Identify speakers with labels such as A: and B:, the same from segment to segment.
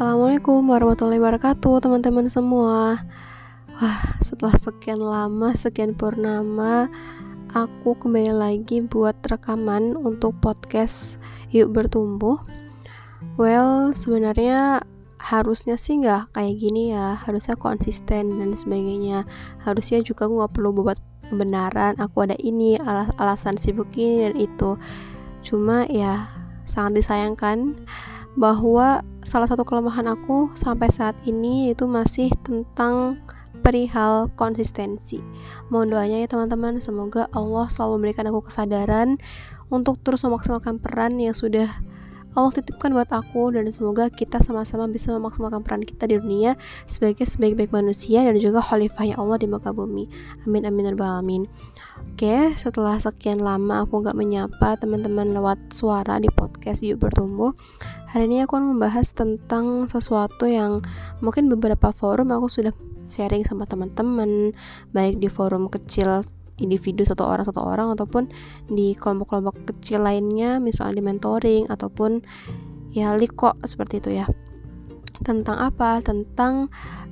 A: Assalamualaikum warahmatullahi wabarakatuh teman-teman semua. Setelah sekian lama, sekian purnama, aku kembali lagi buat rekaman untuk podcast Yuk Bertumbuh. Sebenarnya harusnya sih gak kayak gini ya. Harusnya konsisten dan sebagainya. Harusnya juga aku gak perlu buat pembenaran, aku ada ini, alasan sibuk ini dan itu. Cuma ya sangat disayangkan bahwa salah satu kelemahan aku sampai saat ini itu masih tentang perihal konsistensi. Mohon doanya ya teman-teman, semoga Allah selalu memberikan aku kesadaran untuk terus memaksimalkan peran yang sudah Allah titipkan buat aku, dan semoga kita sama-sama bisa memaksimalkan peran kita di dunia sebagai sebaik-baik manusia dan juga khalifahnya Allah di muka bumi. Amin amin ya rabbal alamin. Oke, setelah sekian lama aku gak menyapa teman-teman lewat suara di podcast Yuk Bertumbuh, hari ini aku akan membahas tentang sesuatu yang mungkin beberapa forum aku sudah sharing sama teman-teman, baik di forum kecil individu satu orang ataupun di kelompok-kelompok kecil lainnya, misalnya di mentoring ataupun ya liko seperti itu ya. Tentang apa? Tentang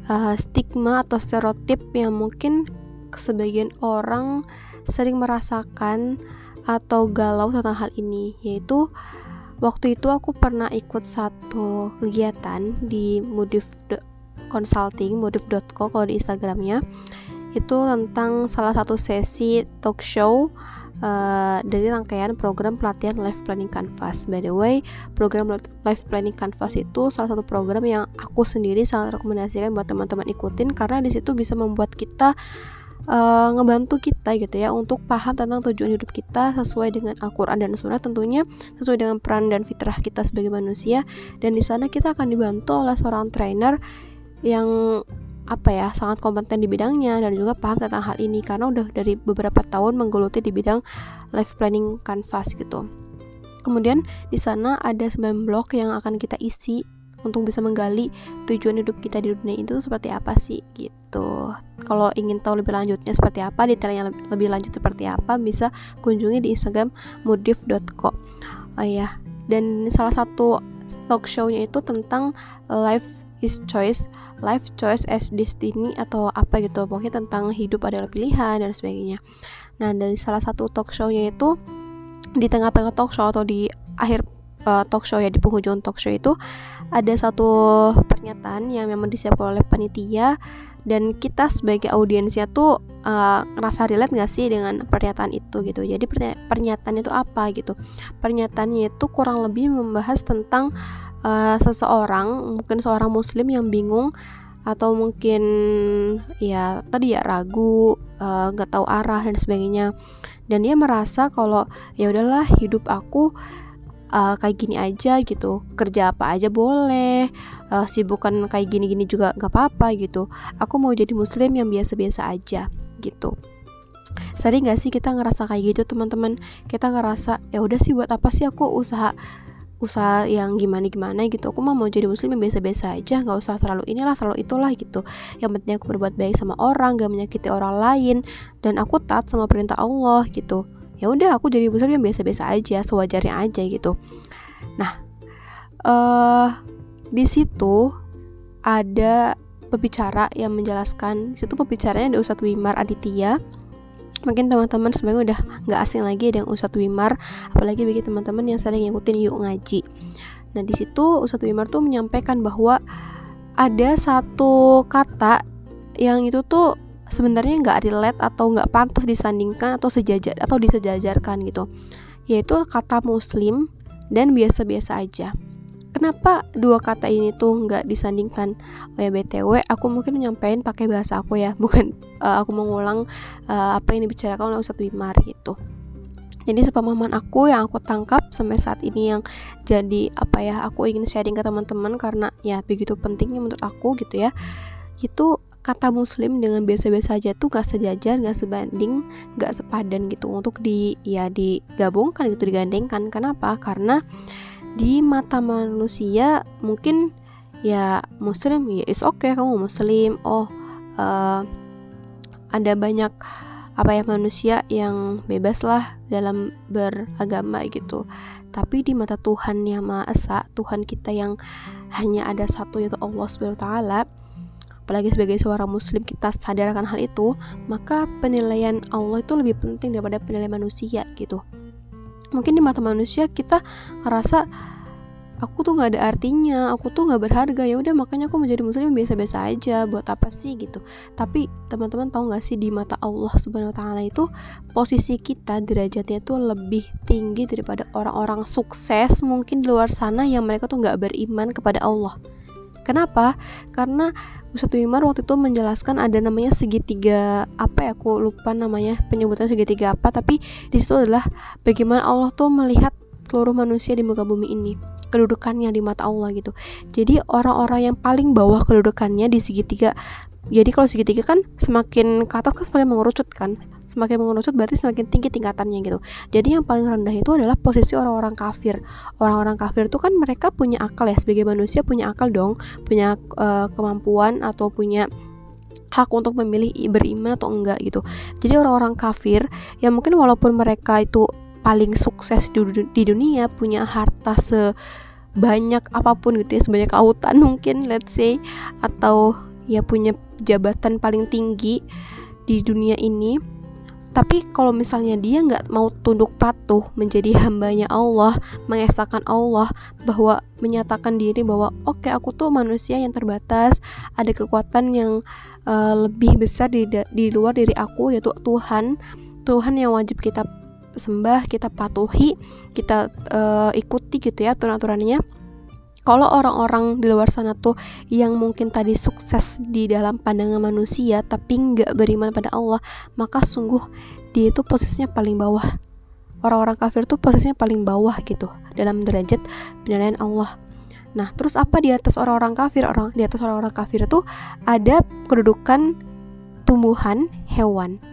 A: stigma atau stereotip yang mungkin sebagian orang sering merasakan atau galau tentang hal ini, yaitu waktu itu aku pernah ikut satu kegiatan di Modif Consulting, modif.co kalau di Instagramnya. Itu tentang salah satu sesi talk show dari rangkaian program pelatihan Life Planning Canvas. By the way, program Life Planning Canvas itu salah satu program yang aku sendiri sangat rekomendasikan buat teman-teman ikutin, karena di situ bisa membuat kita ngebantu kita gitu ya untuk paham tentang tujuan hidup kita sesuai dengan Al-Quran dan Sunnah, tentunya sesuai dengan peran dan fitrah kita sebagai manusia. Dan di sana kita akan dibantu oleh seorang trainer yang sangat kompeten di bidangnya dan juga paham tentang hal ini, karena udah dari beberapa tahun menggeluti di bidang life planning canvas gitu. Kemudian di sana ada 9 blok yang akan kita isi untuk bisa menggali tujuan hidup kita di dunia itu seperti apa sih gitu. Kalau ingin tahu lebih lanjutnya seperti apa, detailnya lebih lanjut seperti apa, bisa kunjungi di Instagram modif.co. Dan salah satu talk show-nya itu tentang life choice as destiny atau apa gitu, pokoknya tentang hidup adalah pilihan dan sebagainya. Nah, dari salah satu talk show-nya itu di tengah-tengah talk show atau di akhir talk show ya, di penghujung talk show itu ada satu pernyataan yang memang disiapkan oleh panitia, dan kita sebagai audiensnya tuh ngerasa relate gak sih dengan pernyataan itu gitu. Jadi pernyataan itu apa gitu, pernyataannya itu kurang lebih membahas tentang seseorang, mungkin seorang muslim yang bingung atau mungkin ya tadi ya ragu, gak tahu arah dan sebagainya, dan dia merasa kalau ya udahlah hidup aku kayak gini aja gitu, kerja apa aja boleh, sibukan kayak gini-gini juga gak apa-apa gitu, aku mau jadi muslim yang biasa-biasa aja gitu. Sering gak sih kita ngerasa kayak gitu teman-teman? Kita ngerasa ya udah sih, buat apa sih aku usaha yang gimana gitu, aku mau jadi muslim yang biasa-biasa aja, gak usah terlalu inilah terlalu itulah gitu, yang penting aku berbuat baik sama orang, gak menyakiti orang lain, dan aku taat sama perintah Allah gitu. Ya udah, aku jadi muslim yang biasa-biasa aja, sewajarnya aja gitu. Nah, di situ ada pembicara yang menjelaskan. Di situ pembicaranya ada Ustadz Wimar Aditya. Mungkin teman-teman sebenarnya udah nggak asing lagi dengan Ustadz Wimar, apalagi bagi teman-teman yang sering ngikutin Yuk Ngaji. Nah, di situ Ustadz Wimar tuh menyampaikan bahwa ada satu kata yang itu tuh sebenarnya nggak relate atau nggak pantas disandingkan atau disejajarkan gitu, yaitu kata muslim dan biasa-biasa aja. Kenapa dua kata ini tuh nggak disandingkan? BTW aku mungkin nyampein pakai bahasa aku ya, bukan aku mengulang apa yang dibicarakan oleh Ustadz Wimar gitu. Jadi sepemahaman aku yang aku tangkap sampai saat ini, yang jadi aku ingin sharing ke teman-teman karena ya begitu pentingnya menurut aku gitu ya. Itu kata muslim dengan biasa-biasa aja tuh gak sejajar, gak sebanding, gak sepadan gitu untuk digabungkan gitu, digandengkan. Kenapa? Karena di mata manusia mungkin ya muslim ya is okay, kamu muslim, ada banyak manusia yang bebas lah dalam beragama gitu. Tapi di mata Tuhan yang Maha Esa, Tuhan kita yang hanya ada satu, yaitu Allah Subhanahu wa taala, apalagi sebagai seorang muslim kita sadar akan hal itu, maka penilaian Allah itu lebih penting daripada penilaian manusia gitu. Mungkin di mata manusia kita ngerasa aku tuh nggak ada artinya, aku tuh nggak berharga, ya udah makanya aku menjadi muslim biasa-biasa aja, buat apa sih gitu. Tapi teman-teman tahu nggak sih, di mata Allah Subhanahu wa taala itu posisi kita, derajatnya tuh lebih tinggi daripada orang-orang sukses mungkin di luar sana yang mereka tuh nggak beriman kepada Allah. Kenapa? Karena Ustadz Wimar waktu itu menjelaskan ada namanya segitiga apa ya, aku lupa namanya penyebutan segitiga apa, tapi di situ adalah bagaimana Allah tuh melihat seluruh manusia di muka bumi ini, kedudukannya di mata Allah gitu. Jadi orang-orang yang paling bawah kedudukannya di segitiga. Jadi kalau segitiga kan semakin ke atas kan semakin mengerucut kan, semakin mengerucut berarti semakin tinggi tingkatannya gitu. Jadi yang paling rendah itu adalah posisi orang-orang kafir. Orang-orang kafir itu kan mereka punya akal ya, sebagai manusia punya akal dong, punya kemampuan atau punya hak untuk memilih beriman atau enggak gitu. Jadi orang-orang kafir yang mungkin walaupun mereka itu paling sukses di dunia, punya harta sebanyak apapun gitu ya, sebanyak lautan mungkin let's say, atau ya punya jabatan paling tinggi di dunia ini, tapi kalau misalnya dia nggak mau tunduk patuh menjadi hambanya Allah, mengesahkan Allah, bahwa menyatakan diri bahwa oke, aku tuh manusia yang terbatas, ada kekuatan yang lebih besar di luar diri aku, yaitu Tuhan yang wajib kita sembah, kita patuhi, kita ikuti gitu ya aturan-aturannya. Kalau orang-orang di luar sana tuh yang mungkin tadi sukses di dalam pandangan manusia tapi nggak beriman pada Allah, maka sungguh dia itu posisinya paling bawah. Orang-orang kafir tuh posisinya paling bawah gitu dalam derajat penilaian Allah. Nah, terus apa di atas orang-orang kafir? Di atas orang-orang kafir itu ada kedudukan tumbuhan, hewan.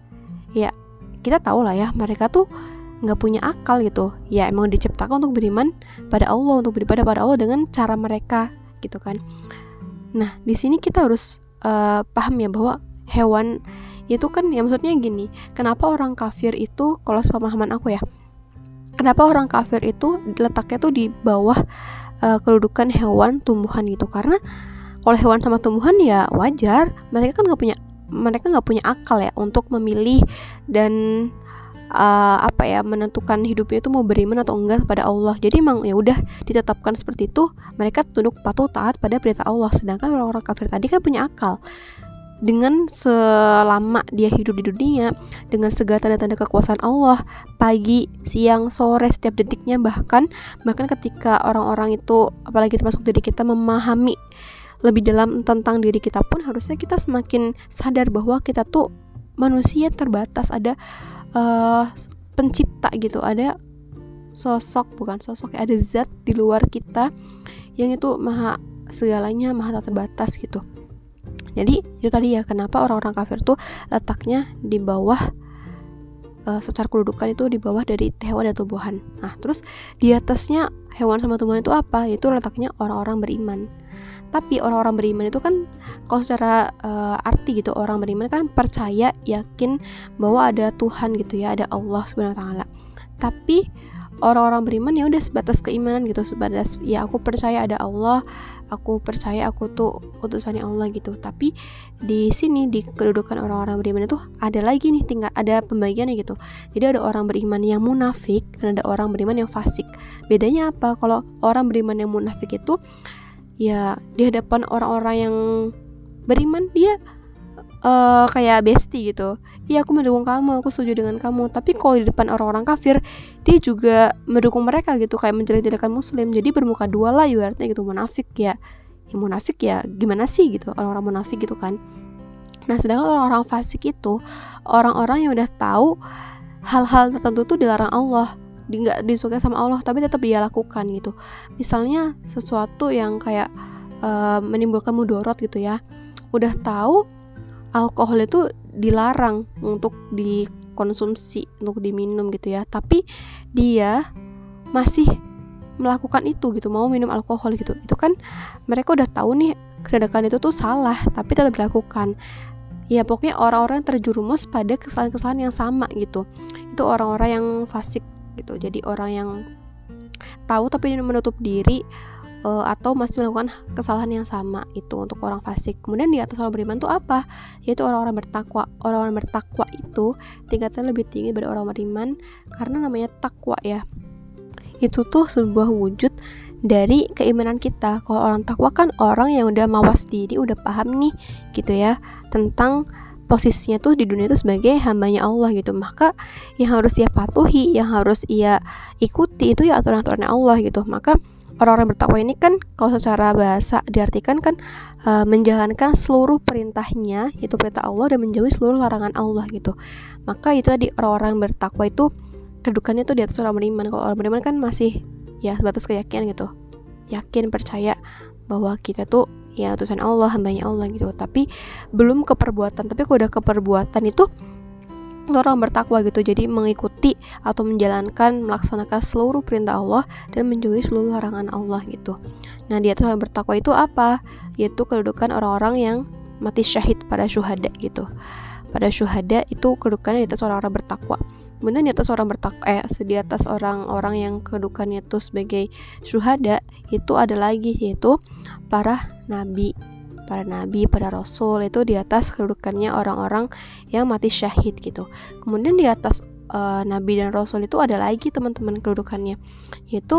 A: Ya, kita tahu lah ya, mereka tuh nggak punya akal gitu ya, emang diciptakan untuk beriman pada Allah, untuk beribadah pada Allah dengan cara mereka gitu kan. Nah, di sini kita harus paham ya bahwa hewan itu kan ya, maksudnya gini, kenapa orang kafir itu, kalau sepemahaman aku ya, kenapa orang kafir itu letaknya tuh di bawah kedudukan hewan, tumbuhan gitu, karena kalau hewan sama tumbuhan ya wajar, mereka kan nggak punya akal ya untuk memilih dan menentukan hidupnya itu mau beriman atau enggak kepada Allah. Jadi emang ya udah ditetapkan seperti itu, mereka tunduk patuh taat pada perintah Allah. Sedangkan orang-orang kafir tadi kan punya akal. Dengan selama dia hidup di dunia, dengan segala tanda-tanda kekuasaan Allah, pagi, siang, sore, setiap detiknya, bahkan ketika orang-orang itu, apalagi termasuk diri kita, memahami lebih dalam tentang diri kita pun, harusnya kita semakin sadar bahwa kita tuh manusia terbatas, ada pencipta gitu, ada ada zat di luar kita yang itu maha segalanya, maha tak terbatas gitu. Jadi itu tadi ya, kenapa orang-orang kafir tuh letaknya di bawah, secara kedudukan itu di bawah dari hewan dan tumbuhan. Nah, terus di atasnya hewan sama tumbuhan itu apa? Itu letaknya orang-orang beriman. Tapi orang-orang beriman itu kan kalau secara arti gitu, orang beriman kan percaya, yakin bahwa ada Tuhan gitu ya, ada Allah Subhanahu wa taala. Tapi orang-orang beriman ya udah sebatas keimanan gitu, sebatas ya aku percaya ada Allah, aku percaya aku tuh utusannya Allah gitu. Tapi di sini di kedudukan orang-orang beriman itu ada lagi nih, ada pembagiannya gitu. Jadi ada orang beriman yang munafik dan ada orang beriman yang fasik. Bedanya apa? Kalau orang beriman yang munafik itu ya di hadapan orang-orang yang beriman dia kayak bestie gitu. Iya, aku mendukung kamu, aku setuju dengan kamu. Tapi kalau di depan orang-orang kafir, dia juga mendukung mereka gitu, kayak menjelek-jelekan muslim. Jadi bermuka dua lah ibaratnya gitu. Munafik ya munafik ya gimana sih gitu, orang-orang munafik gitu kan. Nah, sedangkan orang-orang fasik itu orang-orang yang udah tahu hal-hal tertentu tuh dilarang Allah, nggak disukai sama Allah, tapi tetap dia lakukan gitu. Misalnya sesuatu yang kayak menimbulkan mudarat gitu ya, udah tahu alkohol itu dilarang untuk dikonsumsi, untuk diminum gitu ya, tapi dia masih melakukan itu gitu, mau minum alkohol gitu. Itu kan mereka udah tahu nih tindakan itu tuh salah, tapi tetap dilakukan. Ya pokoknya orang-orang yang terjerumus pada kesalahan-kesalahan yang sama gitu, itu orang-orang yang fasik gitu. Jadi orang yang tahu tapi menutup diri atau masih melakukan kesalahan yang sama itu untuk orang fasik. Kemudian di atas orang beriman itu apa? Yaitu orang-orang bertakwa. Orang-orang bertakwa itu tingkatnya lebih tinggi daripada orang beriman karena namanya takwa ya. Itu tuh sebuah wujud dari keimanan kita. Kalau orang takwa kan orang yang udah mawas diri, udah paham nih gitu ya tentang posisinya tuh di dunia itu sebagai hambanya Allah gitu. Maka yang harus ia patuhi, yang harus ia ikuti itu ya aturan-aturannya Allah gitu. Maka orang-orang bertakwa ini kan kalau secara bahasa diartikan kan menjalankan seluruh perintahnya, yaitu perintah Allah, dan menjauhi seluruh larangan Allah gitu. Maka itu tadi orang-orang bertakwa itu kedudukannya tuh di atas orang beriman. Kalau orang beriman kan masih ya sebatas keyakinan gitu, yakin, percaya bahwa kita tuh ya utusan Allah, hambanya Allah gitu, tapi belum ke perbuatan. Tapi kalau udah ke perbuatan itu orang bertakwa gitu, jadi mengikuti atau menjalankan, melaksanakan seluruh perintah Allah dan menjauhi seluruh larangan Allah gitu. Nah, di atas orang bertakwa itu apa? Yaitu kedudukan orang-orang yang mati syahid pada syuhada gitu. Pada syuhada itu kedudukannya di atas orang-orang bertakwa. Kemudian di atas di atas orang-orang yang kedudukannya itu sebagai syuhada itu ada lagi, yaitu para nabi, para rasul. Itu di atas kedudukannya orang-orang yang mati syahid gitu. Kemudian di atas nabi dan rasul itu ada lagi teman-teman kedudukannya, yaitu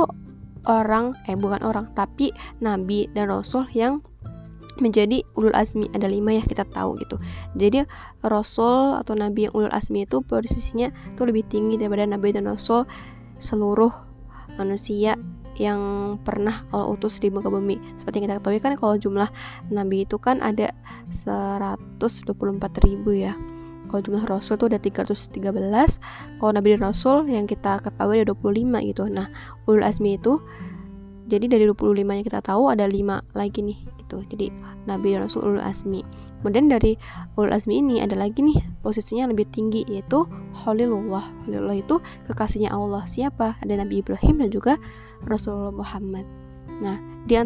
A: tapi nabi dan rasul yang menjadi ulul azmi. Ada 5 ya kita tahu gitu. Jadi rasul atau nabi yang ulul azmi itu posisinya tuh lebih tinggi daripada nabi dan rasul seluruh manusia yang pernah Allah utus di muka bumi. Seperti yang kita ketahui kan kalau jumlah nabi itu kan ada 124.000 ya. Kalau jumlah rasul itu ada 313. Kalau nabi dan rasul yang kita ketahui ada 25 gitu. Nah, ulul azmi itu jadi dari 25 yang kita tahu ada 5 lagi nih gitu. Jadi nabi dan rasul ulul azmi. Kemudian dari ulul azmi ini ada lagi nih posisinya lebih tinggi, yaitu Khalilullah. Khalilullah itu kekasihnya Allah. Siapa? Ada Nabi Ibrahim dan juga Rasulullah Muhammad. Nah, di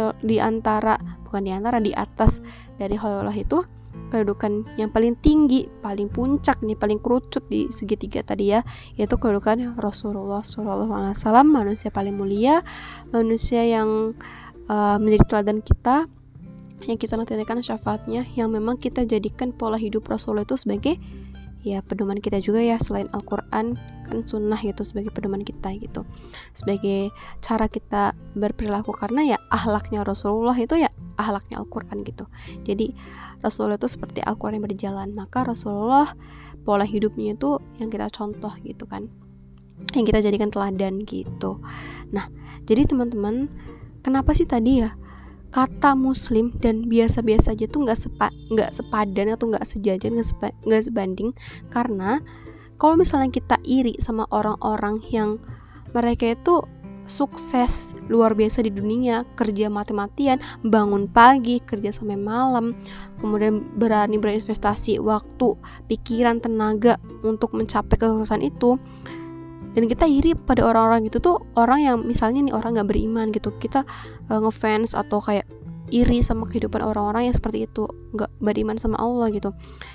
A: atas dari Khalilullah itu kedudukan yang paling tinggi, paling puncak nih, paling kerucut di segitiga tadi ya, yaitu kedudukan Rasulullah SAW, manusia paling mulia, manusia yang menjadi teladan kita, yang kita nantikan syafaatnya, yang memang kita jadikan pola hidup Rasulullah itu sebagai ya pedoman kita juga ya, selain Al-Quran kan sunnah gitu sebagai pedoman kita gitu, sebagai cara kita berperilaku, karena ya akhlaknya Rasulullah itu ya akhlaknya Al-Quran gitu. Jadi Rasulullah itu seperti Al-Quran yang berjalan, maka Rasulullah pola hidupnya itu yang kita contoh gitu kan, yang kita jadikan teladan gitu. Nah, jadi teman-teman, kenapa sih tadi ya kata muslim dan biasa-biasa aja tuh nggak sepadan atau nggak sejajar, nggak sebanding? Karena kalau misalnya kita iri sama orang-orang yang mereka itu sukses luar biasa di dunia, kerja mati-matian, bangun pagi, kerja sampai malam, kemudian berani berinvestasi waktu, pikiran, tenaga untuk mencapai kesuksesan itu, dan kita iri pada orang-orang gitu tuh, orang yang misalnya nih orang nggak beriman gitu, kita ngefans atau kayak iri sama kehidupan orang-orang yang seperti itu, nggak beriman sama Allah gitu.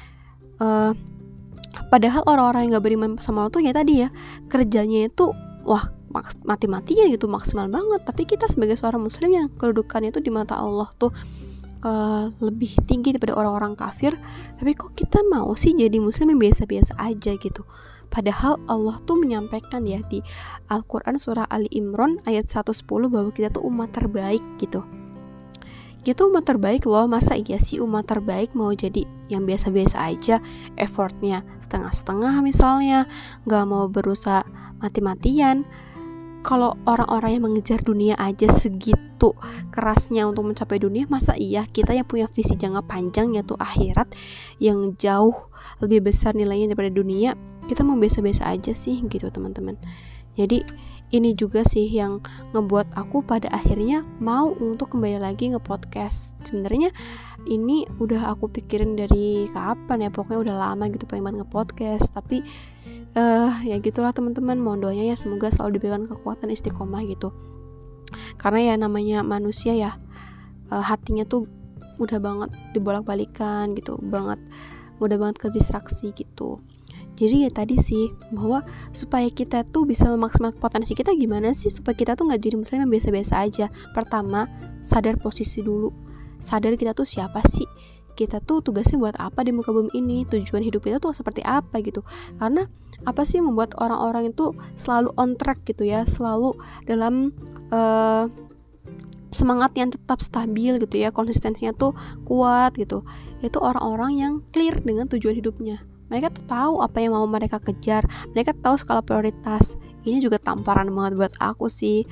A: Padahal orang-orang yang nggak beriman sama Allah tuh ya tadi ya kerjanya itu wah mati-matian gitu, maksimal banget. Tapi kita sebagai seorang muslim yang kedudukannya itu di mata Allah tuh lebih tinggi daripada orang-orang kafir, tapi kok kita mau sih jadi muslim yang biasa-biasa aja gitu? Padahal Allah tuh menyampaikan ya di Al-Quran surah Ali Imran ayat 110 bahwa kita tuh umat terbaik gitu. Kita umat terbaik loh, masa iya sih umat terbaik mau jadi yang biasa-biasa aja, effortnya setengah-setengah misalnya, gak mau berusaha mati-matian. Kalau orang-orang yang mengejar dunia aja segitu kerasnya untuk mencapai dunia, masa iya kita yang punya visi jangka panjang yaitu akhirat yang jauh lebih besar nilainya daripada dunia, kita mau biasa-biasa aja sih gitu teman-teman. Jadi ini juga sih yang ngebuat aku pada akhirnya mau untuk kembali lagi nge-podcast. Sebenarnya ini udah aku pikirin dari kapan ya, pokoknya udah lama gitu pengen banget nge-podcast. Tapi ya gitulah teman-teman, mohon doanya ya semoga selalu diberikan kekuatan istiqomah gitu. Karena ya namanya manusia ya, hatinya tuh mudah banget dibolak-balikan gitu, mudah banget ke distraksi gitu. Jadi ya tadi sih, bahwa supaya kita tuh bisa memaksimalkan potensi kita, gimana sih supaya kita tuh gak jadi muslim yang biasa-biasa aja. Pertama, sadar posisi dulu, sadar kita tuh siapa sih, kita tuh tugasnya buat apa di muka bumi ini, tujuan hidup kita tuh seperti apa gitu. Karena apa sih membuat orang-orang itu selalu on track gitu ya, selalu dalam semangat yang tetap stabil gitu ya, konsistensinya tuh kuat gitu. Itu orang-orang yang clear dengan tujuan hidupnya. Mereka tuh tahu apa yang mau mereka kejar, mereka tahu skala prioritas. Ini juga tamparan banget buat aku sih.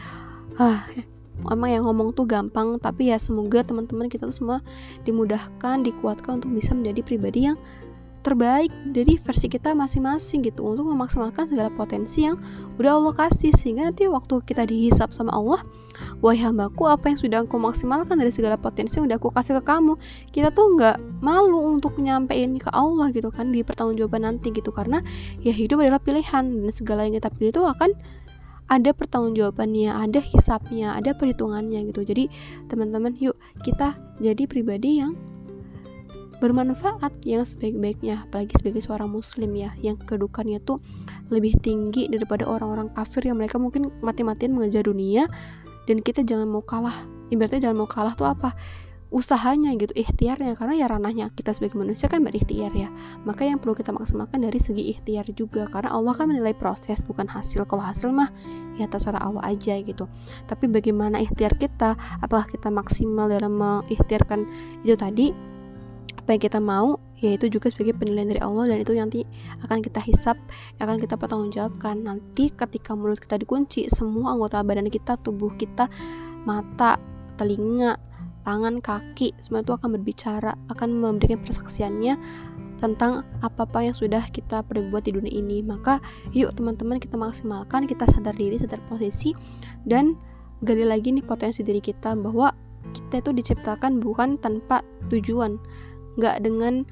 A: Emang yang ngomong tuh gampang, tapi ya semoga teman-teman kita tuh semua dimudahkan, dikuatkan untuk bisa menjadi pribadi yang terbaik dari versi kita masing-masing gitu, untuk memaksimalkan segala potensi yang udah Allah kasih, sehingga nanti waktu kita dihisap sama Allah, wahai hambaku, apa yang sudah engkau maksimalkan dari segala potensi yang udah aku kasih ke kamu, kita tuh nggak malu untuk nyampein ke Allah gitu kan di pertanggungjawaban nanti gitu. Karena ya hidup adalah pilihan, dan segala yang kita pilih itu akan ada pertanggungjawabannya, ada hisapnya, ada perhitungannya gitu. Jadi teman-teman, yuk kita jadi pribadi yang bermanfaat, yang sebaik-baiknya, apalagi sebagai seorang muslim ya, yang kedudukannya tuh lebih tinggi daripada orang-orang kafir yang mereka mungkin mati-matian mengejar dunia. Dan kita jangan mau kalah, ibaratnya jangan mau kalah tuh apa, usahanya gitu, ikhtiarnya, karena ya ranahnya kita sebagai manusia kan berikhtiar ya. Maka yang perlu kita maksimalkan dari segi ikhtiar juga, karena Allah kan menilai proses bukan hasil. Kalau hasil mah ya terserah Allah aja gitu. Tapi bagaimana ikhtiar kita, apakah kita maksimal dalam mengikhtiarkan itu tadi, apa yang kita mau, yaitu juga sebagai penilaian dari Allah, dan itu nanti akan kita hisap, akan kita pertanggungjawabkan. Nanti ketika mulut kita dikunci, semua anggota badan kita, tubuh kita, mata, telinga, tangan, kaki, semua itu akan berbicara, akan memberikan persaksiannya tentang apa-apa yang sudah kita perbuat di dunia ini. Maka yuk teman-teman, kita maksimalkan, kita sadar diri, sadar posisi, dan gali lagi nih potensi diri kita, bahwa kita itu diciptakan bukan tanpa tujuan, nggak dengan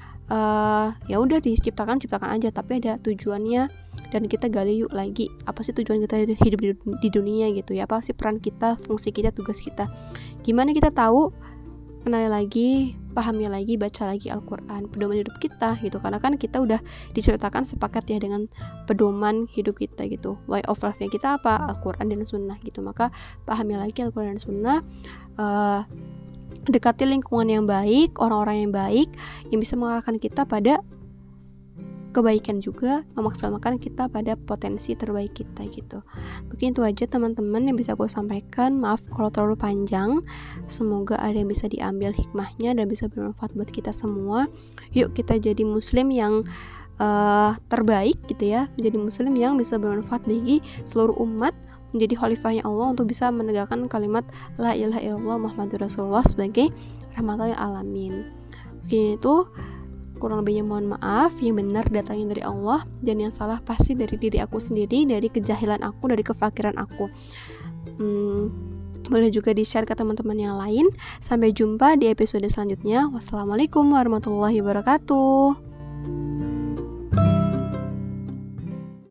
A: ya udah diciptakan aja, tapi ada tujuannya. Dan kita gali yuk lagi, apa sih tujuan kita hidup di dunia gitu ya, apa sih peran kita, fungsi kita, tugas kita, gimana kita tahu, kenali lagi, pahami lagi, baca lagi Al-Quran, pedoman hidup kita gitu. Karena kan kita udah diciptakan sepakat ya dengan pedoman hidup kita gitu, way of life-nya kita apa, Al-Quran dan Sunnah gitu. Maka pahami lagi Al-Quran dan Sunnah, dekati lingkungan yang baik, orang-orang yang baik, yang bisa mengarahkan kita pada kebaikan, juga memaksimalkan kita pada potensi terbaik kita gitu. Mungkin itu aja teman-teman yang bisa gue sampaikan. Maaf kalau terlalu panjang. Semoga ada yang bisa diambil hikmahnya dan bisa bermanfaat buat kita semua. Yuk kita jadi muslim yang terbaik gitu ya, menjadi muslim yang bisa bermanfaat bagi seluruh umat, menjadi khalifahnya Allah untuk bisa menegakkan kalimat la ilaha illallah Muhammadur Rasulullah sebagai rahmatan lil alamin. Mungkin itu, kurang lebihnya mohon maaf. Yang benar datangnya dari Allah, dan yang salah pasti dari diri aku sendiri, dari kejahilan aku, dari kefakiran aku. Boleh juga di-share ke teman-teman yang lain. Sampai jumpa di episode selanjutnya. Wassalamualaikum warahmatullahi wabarakatuh.